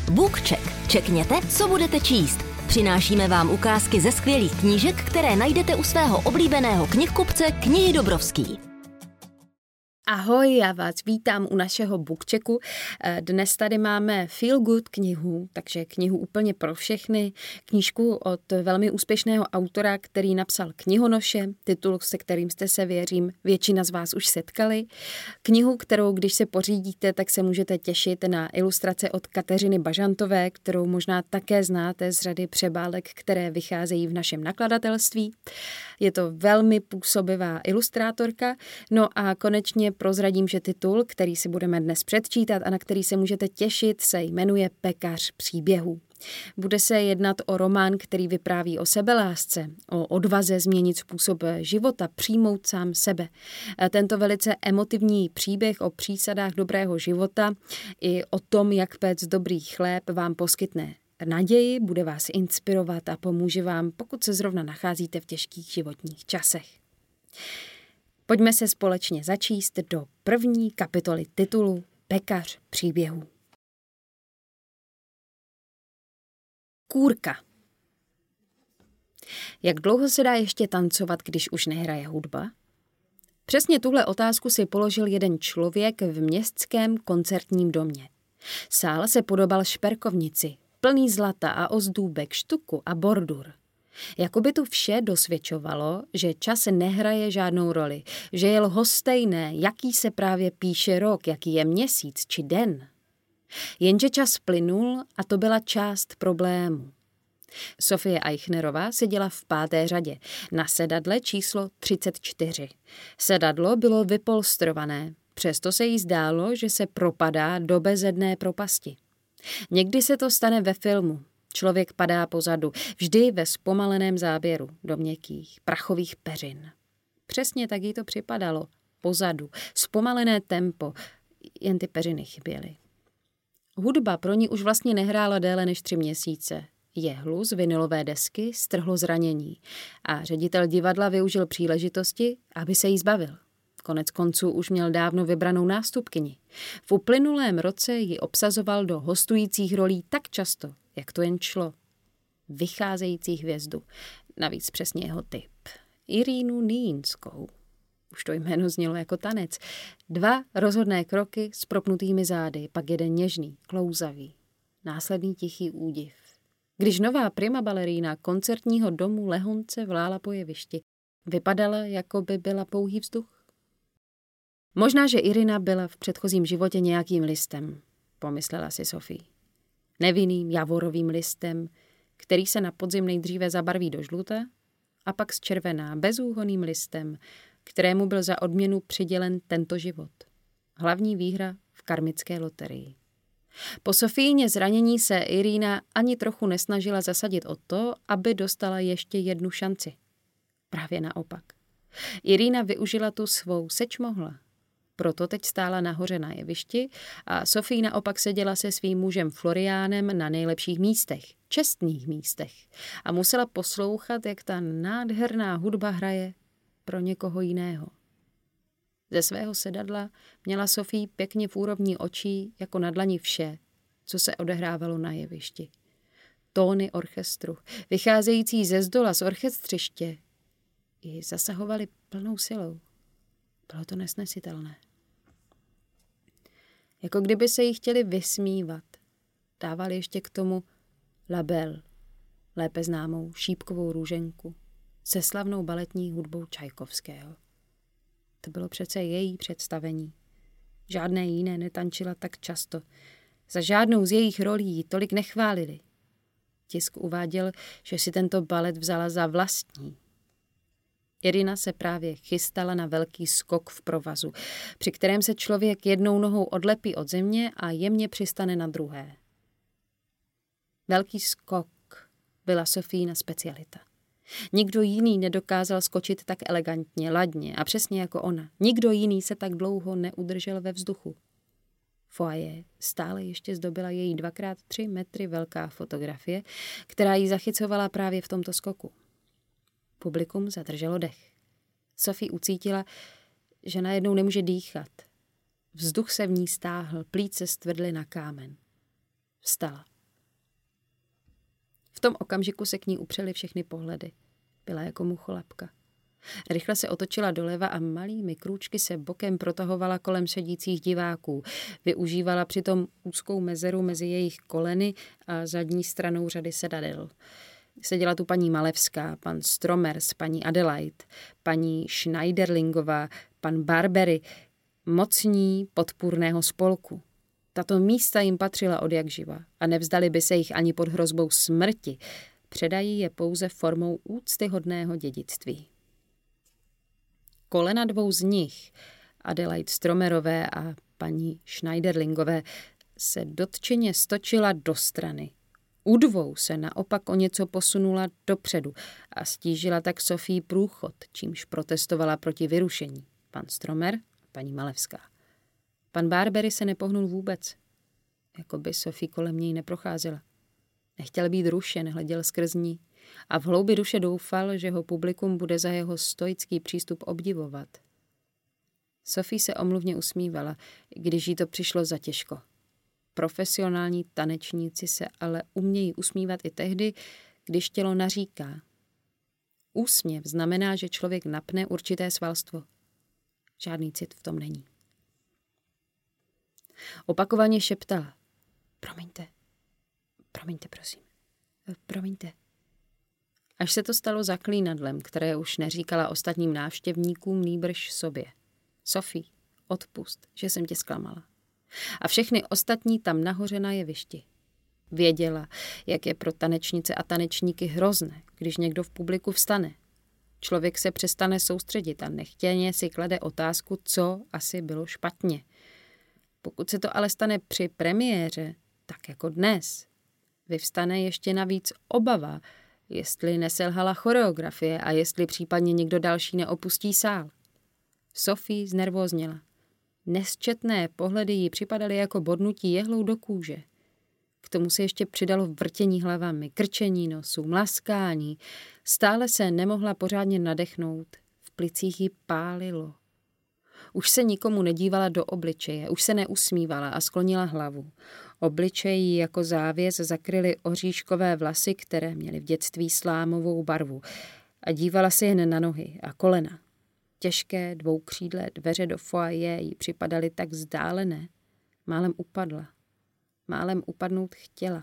BookCheck. Čekněte, co budete číst. Přinášíme vám ukázky ze skvělých knížek, které najdete u svého oblíbeného knihkupce Knihy Dobrovský. Ahoj, já vás vítám u našeho BookChecku. Dnes tady máme Feel Good knihu, takže knihu úplně pro všechny. Knížku od velmi úspěšného autora, který napsal Knihonoše, titul, se kterým jste se, věřím, většina z vás už setkali. Knihu, kterou, když se pořídíte, tak se můžete těšit na ilustrace od Kateřiny Bažantové, kterou možná také znáte z řady přebálek, které vycházejí v našem nakladatelství. Je to velmi působivá ilustrátorka. No a konečně prozradím, že titul, který si budeme dnes předčítat a na který se můžete těšit, se jmenuje Pekař příběhů. Bude se jednat o román, který vypráví o sebelásce, o odvaze změnit způsob života, přijmout sám sebe. Tento velice emotivní příběh o přísadách dobrého života i o tom, jak péct dobrý chléb, vám poskytne naději, bude vás inspirovat a pomůže vám, pokud se zrovna nacházíte v těžkých životních časech. Pojďme se společně začíst do první kapitoly titulu Pekař příběhů. Kůrka. Jak dlouho se dá ještě tancovat, když už nehraje hudba? Přesně tuhle otázku si položil jeden člověk v městském koncertním domě. Sál se podobal šperkovnici, plný zlata a ozdůbek, štuku a bordur. Jakoby tu vše dosvědčovalo, že čas nehraje žádnou roli, že je lhostejné, jaký se právě píše rok, jaký je měsíc či den. Jenže čas plynul a to byla část problému. Sofie Eichnerová seděla v 5. řadě, na sedadle číslo 34. Sedadlo bylo vypolstrované, přesto se jí zdálo, že se propadá do bezedné propasti. Někdy se to stane ve filmu. Člověk padá pozadu, vždy ve zpomaleném záběru, do měkkých, prachových peřin. Přesně tak jí to připadalo. Pozadu, zpomalené tempo, jen ty peřiny chyběly. Hudba pro ní už vlastně nehrála déle než 3 měsíce. Jehlu z vinylové desky strhlo zranění a ředitel divadla využil příležitosti, aby se jí zbavil. Konec konců už měl dávno vybranou nástupkyni. V uplynulém roce ji obsazoval do hostujících rolí tak často, jak to jen šlo. Vycházející hvězdu, navíc přesně jeho typ. Irínu Nýnskou. Už to jméno znělo jako tanec. 2 rozhodné kroky s propnutými zády, pak jeden něžný, klouzavý. Následný tichý údiv. Když nová prima balerína koncertního domu lehonce vlála po jevišti, vypadala, jako by byla pouhý vzduch. Možná, že Irina byla v předchozím životě nějakým listem, pomyslela si Sophie. Nevinným javorovým listem, který se na podzim nejdříve zabarví do žluta a pak zčervená bezúhonným listem, kterému byl za odměnu přidělen tento život. Hlavní výhra v karmické loterii. Po Sofíně zranění se Irina ani trochu nesnažila zasadit o to, aby dostala ještě jednu šanci. Právě naopak. Irina využila tu svou seč mohla. Proto teď stála nahoře na jevišti a Sophie naopak seděla se svým mužem Floriánem na nejlepších místech, čestných místech a musela poslouchat, jak ta nádherná hudba hraje pro někoho jiného. Ze svého sedadla měla Sophie pěkně v úrovni očí jako na dlani vše, co se odehrávalo na jevišti. Tóny orchestru, vycházející ze zdola z orchestřiště, ji zasahovaly plnou silou. Bylo to nesnesitelné. Jako kdyby se jí chtěli vysmívat. Dávali ještě k tomu La Belle, lépe známou šípkovou růženku, se slavnou baletní hudbou Čajkovského. To bylo přece její představení. Žádné jiné netančila tak často. Za žádnou z jejich rolí ji tolik nechválili. Tisk uváděl, že si tento balet vzala za vlastní. Irina se právě chystala na velký skok v provazu, při kterém se člověk jednou nohou odlepí od země a jemně přistane na druhé. Velký skok byla Sofína specialita. Nikdo jiný nedokázal skočit tak elegantně, ladně a přesně jako ona. Nikdo jiný se tak dlouho neudržel ve vzduchu. Foyer stále ještě zdobila její 2x3 metry velká fotografie, která ji zachycovala právě v tomto skoku. Publikum zadrželo dech. Sophie ucítila, že najednou nemůže dýchat. Vzduch se v ní stáhl, plíce stvrdly na kámen. Vstala. V tom okamžiku se k ní upřely všechny pohledy. Byla jako mucholapka. Rychle se otočila doleva a malými krůčky se bokem protahovala kolem sedících diváků. Využívala přitom úzkou mezeru mezi jejich koleny a zadní stranou řady sedadel. Seděla tu paní Malevská, pan Stromers, paní Adelaide, paní Schneiderlingová, pan Barbery, mocní podpůrného spolku. Tato místa jim patřila odjakživa a nevzdali by se jich ani pod hrozbou smrti. Předají je pouze formou úctyhodného dědictví. Kolena dvou z nich, Adelaide Stromerové a paní Schneiderlingové, se dotčeně stočila do strany. U dvou se naopak o něco posunula dopředu a stížila tak Sophie průchod, čímž protestovala proti vyrušení. Pan Stromer a paní Malevská. Pan Barbery se nepohnul vůbec, jako by Sophie kolem něj neprocházela. Nechtěl být rušen, hleděl skrz ní a v hloubi duše doufal, že ho publikum bude za jeho stoický přístup obdivovat. Sophie se omluvně usmívala, když jí to přišlo za těžko. Profesionální tanečníci se ale umějí usmívat i tehdy, když tělo naříká. Úsměv znamená, že člověk napne určité svalstvo. Žádný cit v tom není. Opakovaně šeptala. Promiňte, prosím. Promiňte. Až se to stalo zaklínadlem, které už neříkala ostatním návštěvníkům, nýbrž sobě. Sophie, odpusť, že jsem tě zklamala. A všechny ostatní tam nahoře na jevišti. Věděla, jak je pro tanečnice a tanečníky hrozné, když někdo v publiku vstane. Člověk se přestane soustředit a nechtěně si klade otázku, co asi bylo špatně. Pokud se to ale stane při premiéře, tak jako dnes, vyvstane ještě navíc obava, jestli neselhala choreografie a jestli případně někdo další neopustí sál. Sophie znervózněla. Nesčetné pohledy jí připadaly jako bodnutí jehlou do kůže. K tomu se ještě přidalo vrtění hlavami, krčení nosů, mlaskání. Stále se nemohla pořádně nadechnout. V plicích jí pálilo. Už se nikomu nedívala do obličeje, už se neusmívala a sklonila hlavu. Obličej jí jako závěs zakryly oříškové vlasy, které měly v dětství slámovou barvu. A dívala se jen na nohy a kolena. Těžké dvoukřídlé dveře do foyer jí připadaly tak vzdálené. Málem upadla. Málem upadnout chtěla.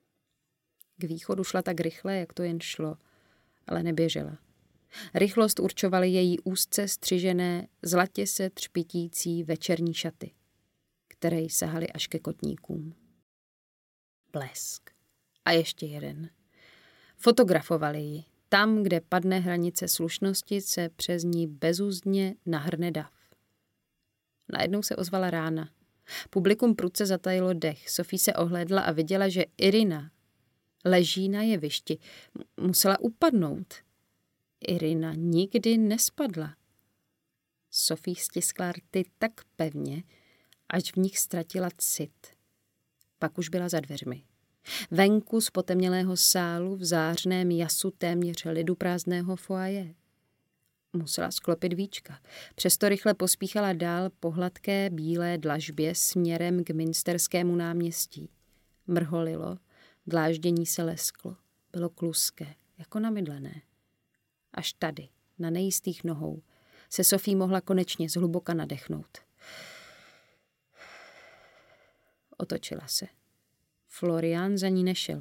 K východu šla tak rychle, jak to jen šlo, ale neběžela. Rychlost určovaly její úzce střižené, zlatě se třpitící večerní šaty, které jí sahaly až ke kotníkům. Blesk. A ještě jeden. Fotografovali ji. Tam, kde padne hranice slušnosti, se přes ní bezúzdně nahrne dav. Najednou se ozvala rána. Publikum prudce zatajilo dech. Sophie se ohlédla a viděla, že Irina leží na jevišti. Musela upadnout. Irina nikdy nespadla. Sophie stiskla rty tak pevně, až v nich ztratila cit. Pak už byla za dveřmi. Venku z potemnělého sálu v zářném jasu téměř liduprázdného foyer. Musela sklopit víčka. Přesto rychle pospíchala dál po hladké bílé dlažbě směrem k Münsterskému náměstí. Mrholilo, dláždění se lesklo. Bylo kluské, jako namydlené. Až tady, na nejistých nohou, se Sophie mohla konečně zhluboka nadechnout. Otočila se. Florian za ní nešel.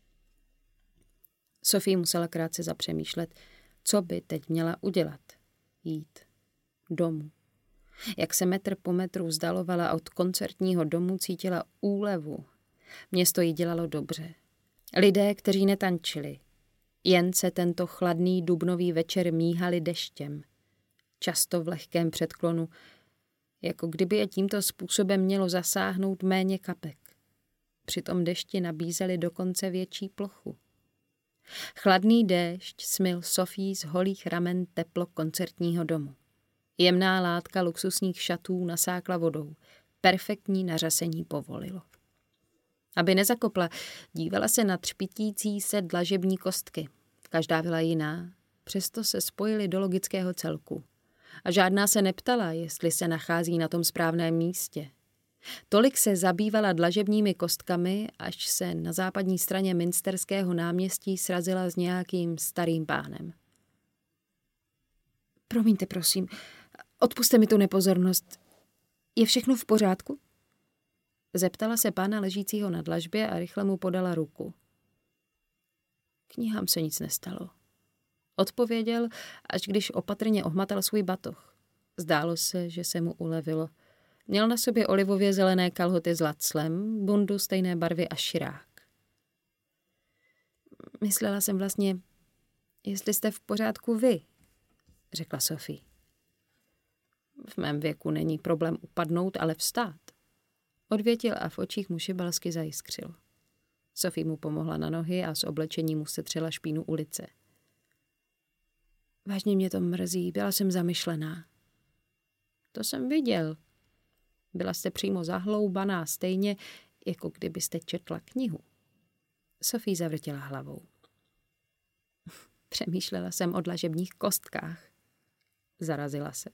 Sophie musela krátce zapřemýšlet, co by teď měla udělat. Jít domů. Jak se metr po metru vzdalovala od koncertního domu, cítila úlevu. Město jí dělalo dobře. Lidé, kteří netančili, jen se tento chladný dubnový večer míhali deštěm. Často v lehkém předklonu, jako kdyby je tímto způsobem mělo zasáhnout méně kapek. Při tom dešti nabízeli dokonce větší plochu. Chladný déšť smyl Sophie z holých ramen teplo koncertního domu. Jemná látka luxusních šatů nasákla vodou. Perfektní nařasení povolilo. Aby nezakopla, dívala se na třpitící se dlažební kostky. Každá byla jiná, přesto se spojily do logického celku. A žádná se neptala, jestli se nachází na tom správném místě. Tolik se zabývala dlažebními kostkami, až se na západní straně Münsterského náměstí srazila s nějakým starým pánem. Promiňte, prosím, odpusťte mi tu nepozornost. Je všechno v pořádku? Zeptala se pána ležícího na dlažbě a rychle mu podala ruku. Knihám se nic nestalo. Odpověděl, až když opatrně ohmatal svůj batoh. Zdálo se, že se mu ulevilo. Měl na sobě olivově zelené kalhoty s laclem, bundu stejné barvy a širák. Myslela jsem vlastně, jestli jste v pořádku vy, řekla Sophie. V mém věku není problém upadnout, ale vstát. Odvětil a v očích mu šibalsky zajiskřil. Sophie mu pomohla na nohy a z oblečení mu setřela špínu ulice. Vážně mě to mrzí, byla jsem zamyšlená. To jsem viděl. Byla jste přímo zahloubaná, stejně jako kdybyste četla knihu. Sophie zavrtěla hlavou. Přemýšlela jsem o dlažebních kostkách. Zarazila se.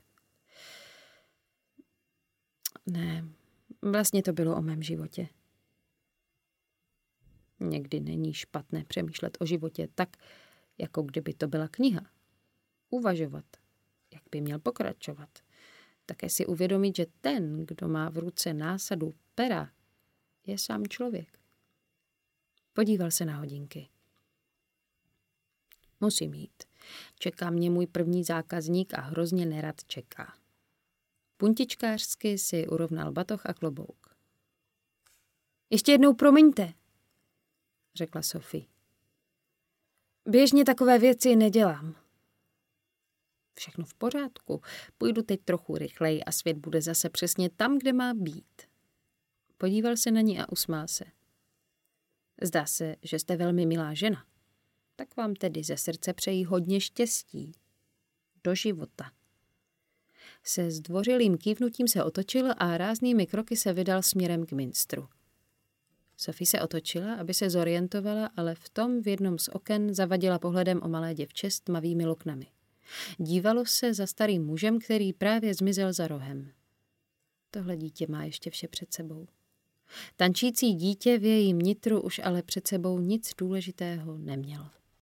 Ne, vlastně to bylo o mém životě. Někdy není špatné přemýšlet o životě tak, jako kdyby to byla kniha. Uvažovat, jak by měl pokračovat. Také si uvědomit, že ten, kdo má v ruce násadu pera, je sám člověk. Podíval se na hodinky. Musím jít. Čeká mě můj první zákazník a hrozně nerad čeká. Puntičkářsky si urovnal batoh a klobouk. Ještě jednou promiňte, řekla Sophie. Běžně takové věci nedělám. Všechno v pořádku. Půjdu teď trochu rychleji a svět bude zase přesně tam, kde má být. Podíval se na ní a usmál se. Zdá se, že jste velmi milá žena. Tak vám tedy ze srdce přeji hodně štěstí. Do života. Se zdvořilým kývnutím se otočil a ráznými kroky se vydal směrem k Münsteru. Sophie se otočila, aby se zorientovala, ale v tom v jednom z oken zavadila pohledem o malé děvče s tmavými loknami. Dívalo se za starým mužem, který právě zmizel za rohem. Tohle dítě má ještě vše před sebou. Tančící dítě v jejím nitru už ale před sebou nic důležitého nemělo.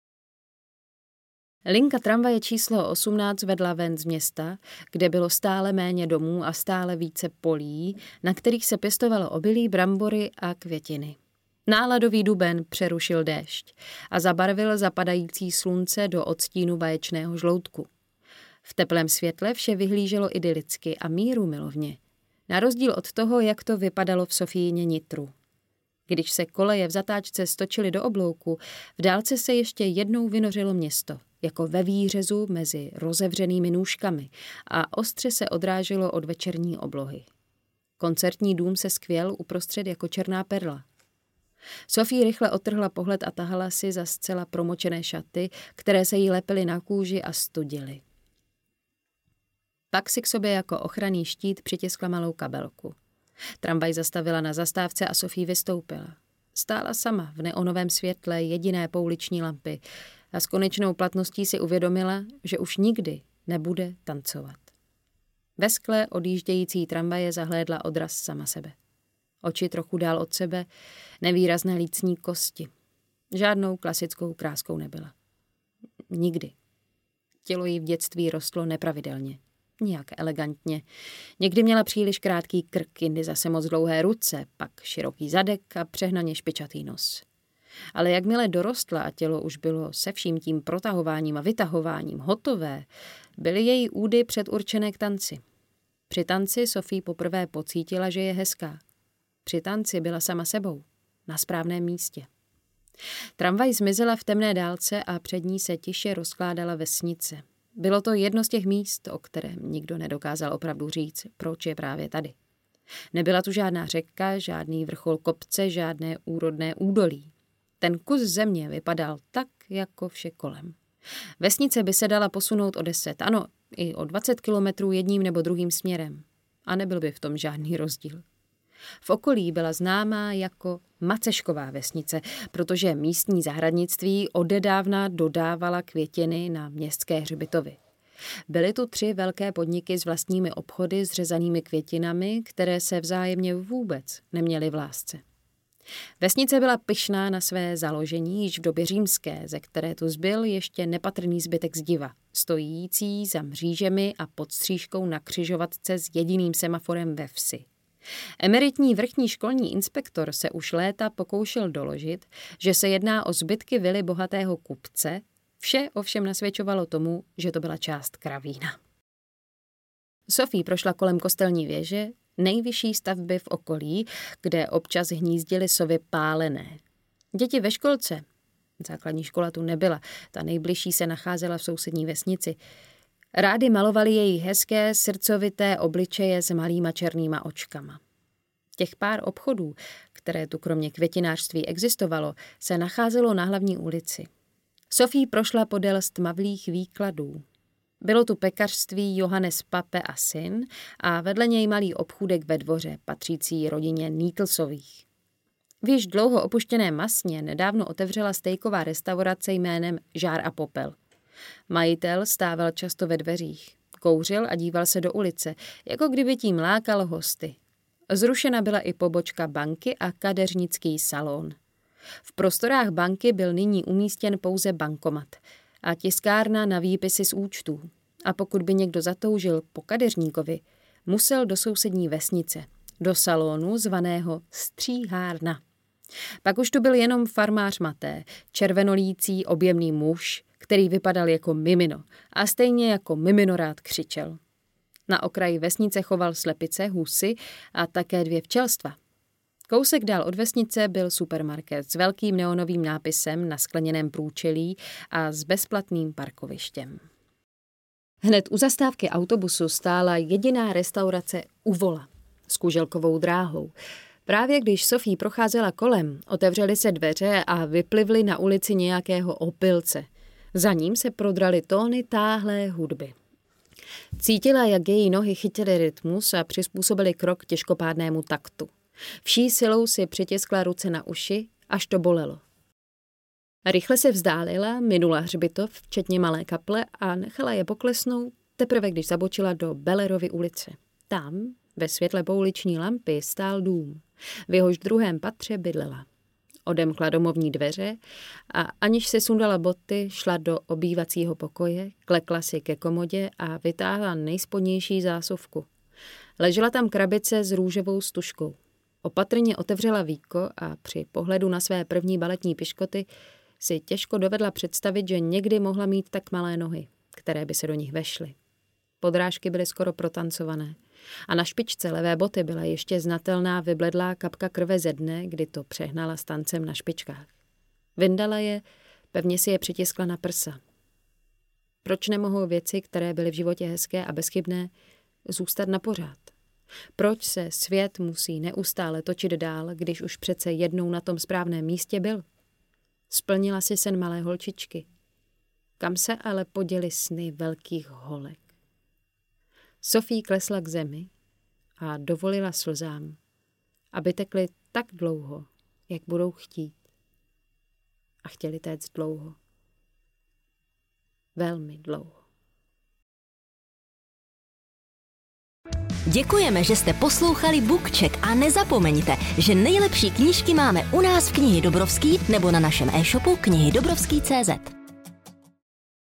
Linka tramvaje číslo 18 vedla ven z města, kde bylo stále méně domů a stále více polí, na kterých se pěstovalo obilí, brambory a květiny. Náladový duben přerušil déšť a zabarvil zapadající slunce do odstínu báječného žloutku. V teplém světle vše vyhlíželo idylicky a míru milovně, na rozdíl od toho, jak to vypadalo v Sofíjině nitru. Když se koleje v zatáčce stočily do oblouku, v dálce se ještě jednou vynořilo město, jako ve výřezu mezi rozevřenými nůžkami a ostře se odráželo od večerní oblohy. Koncertní dům se skvěl uprostřed jako černá perla. Sophie rychle odtrhla pohled a tahala si za zcela promočené šaty, které se jí lepily na kůži a studily. Pak si k sobě jako ochranný štít přitiskla malou kabelku. Tramvaj zastavila na zastávce a Sophie vystoupila. Stála sama v neonovém světle jediné pouliční lampy a s konečnou platností si uvědomila, že už nikdy nebude tancovat. Ve skle odjíždějící tramvaje zahlédla odraz sama sebe. Oči trochu dál od sebe, nevýrazné lícní kosti. Žádnou klasickou kráskou nebyla. Nikdy. Tělo jí v dětství rostlo nepravidelně. Nijak elegantně. Někdy měla příliš krátký krk, jindy zase moc dlouhé ruce, pak široký zadek a přehnaně špičatý nos. Ale jakmile dorostla a tělo už bylo se vším tím protahováním a vytahováním hotové, byly její údy předurčené k tanci. Při tanci Sophie poprvé pocítila, že je hezká. Při tanci byla sama sebou, na správném místě. Tramvaj zmizela v temné dálce a před ní se tiše rozkládala vesnice. Bylo to jedno z těch míst, o kterém nikdo nedokázal opravdu říct, proč je právě tady. Nebyla tu žádná řeka, žádný vrchol kopce, žádné úrodné údolí. Ten kus země vypadal tak, jako vše kolem. Vesnice by se dala posunout o 10, ano, i o 20 kilometrů jedním nebo druhým směrem. A nebyl by v tom žádný rozdíl. V okolí byla známá jako Macešková vesnice, protože místní zahradnictví odedávna dodávala květiny na městské hřbitovy. Byly tu 3 velké podniky s vlastními obchody s řezanými květinami, které se vzájemně vůbec neměly v lásce. Vesnice byla pyšná na své založení již v době římské, ze které tu zbyl ještě nepatrný zbytek zdiva, stojící za mřížemi a pod střížkou na křižovatce s jediným semaforem ve vsi. Emeritní vrchní školní inspektor se už léta pokoušel doložit, že se jedná o zbytky vily bohatého kupce, vše ovšem nasvědčovalo tomu, že to byla část kravína. Sophie prošla kolem kostelní věže, nejvyšší stavby v okolí, kde občas hnízdily sovy pálené. Děti ve školce, základní škola tu nebyla, ta nejbližší se nacházela v sousední vesnici, rády malovali její hezké, srdcovité obličeje s malýma černýma očkama. Těch pár obchodů, které tu kromě květinářství existovalo, se nacházelo na hlavní ulici. Sophie prošla podél stmavlých výkladů. Bylo tu pekařství Johannes Pape a syn a vedle něj malý obchůdek ve dvoře, patřící rodině Needlesových. V již dlouho opuštěné Masně nedávno otevřela stejková restaurace jménem Žár a popel. Majitel stával často ve dveřích, kouřil a díval se do ulice, jako kdyby tím lákal hosty. Zrušena byla i pobočka banky a kadeřnický salon. V prostorách banky byl nyní umístěn pouze bankomat a tiskárna na výpisy z účtů. A pokud by někdo zatoužil po kadeřníkovi, musel do sousední vesnice, do salonu zvaného stříhárna. Pak už tu byl jenom farmář Maté, červenolící objemný muž, který vypadal jako mimino a stejně jako mimino rád křičel. Na okraji vesnice choval slepice, husy a také 2 včelstva. Kousek dál od vesnice byl supermarket s velkým neonovým nápisem na skleněném průčelí a s bezplatným parkovištěm. Hned u zastávky autobusu stála jediná restaurace u vola s kuželkovou dráhou. Právě když Sophie procházela kolem, otevřely se dveře a vyplivly na ulici nějakého opilce. Za ním se prodraly tóny táhlé hudby. Cítila, jak její nohy chytily rytmus a přizpůsobily krok těžkopádnému taktu. Vší silou si přitiskla ruce na uši, až to bolelo. Rychle se vzdálila, minula hřbitov, včetně malé kaple a nechala je poklesnout, teprve když zabočila do Bellerovy ulice. Tam, ve světle pouliční lampy, stál dům. V jehož druhém patře bydlela. Odemkla domovní dveře a aniž se sundala boty, šla do obývacího pokoje, klekla si ke komodě a vytáhla nejspodnější zásuvku. Ležela tam krabice s růžovou stužkou. Opatrně otevřela víko a při pohledu na své první baletní piškoty si těžko dovedla představit, že někdy mohla mít tak malé nohy, které by se do nich vešly. Podrážky byly skoro protancované a na špičce levé boty byla ještě znatelná vybledlá kapka krve ze dne, kdy to přehnala s tancem na špičkách. Vyndala je, pevně si je přitiskla na prsa. Proč nemohou věci, které byly v životě hezké a bezchybné, zůstat na pořád? Proč se svět musí neustále točit dál, když už přece jednou na tom správném místě byl? Splnila si sen malé holčičky. Kam se ale poděly sny velkých holek? Sophie klesla k zemi a dovolila slzám, aby tekly tak dlouho, jak budou chtít. A chtěli téct dlouho. Velmi dlouho. Děkujeme, že jste poslouchali BookCheck a nezapomeňte, že nejlepší knížky máme u nás v Knihy Dobrovský nebo na našem e-shopu knihydobrovský.cz.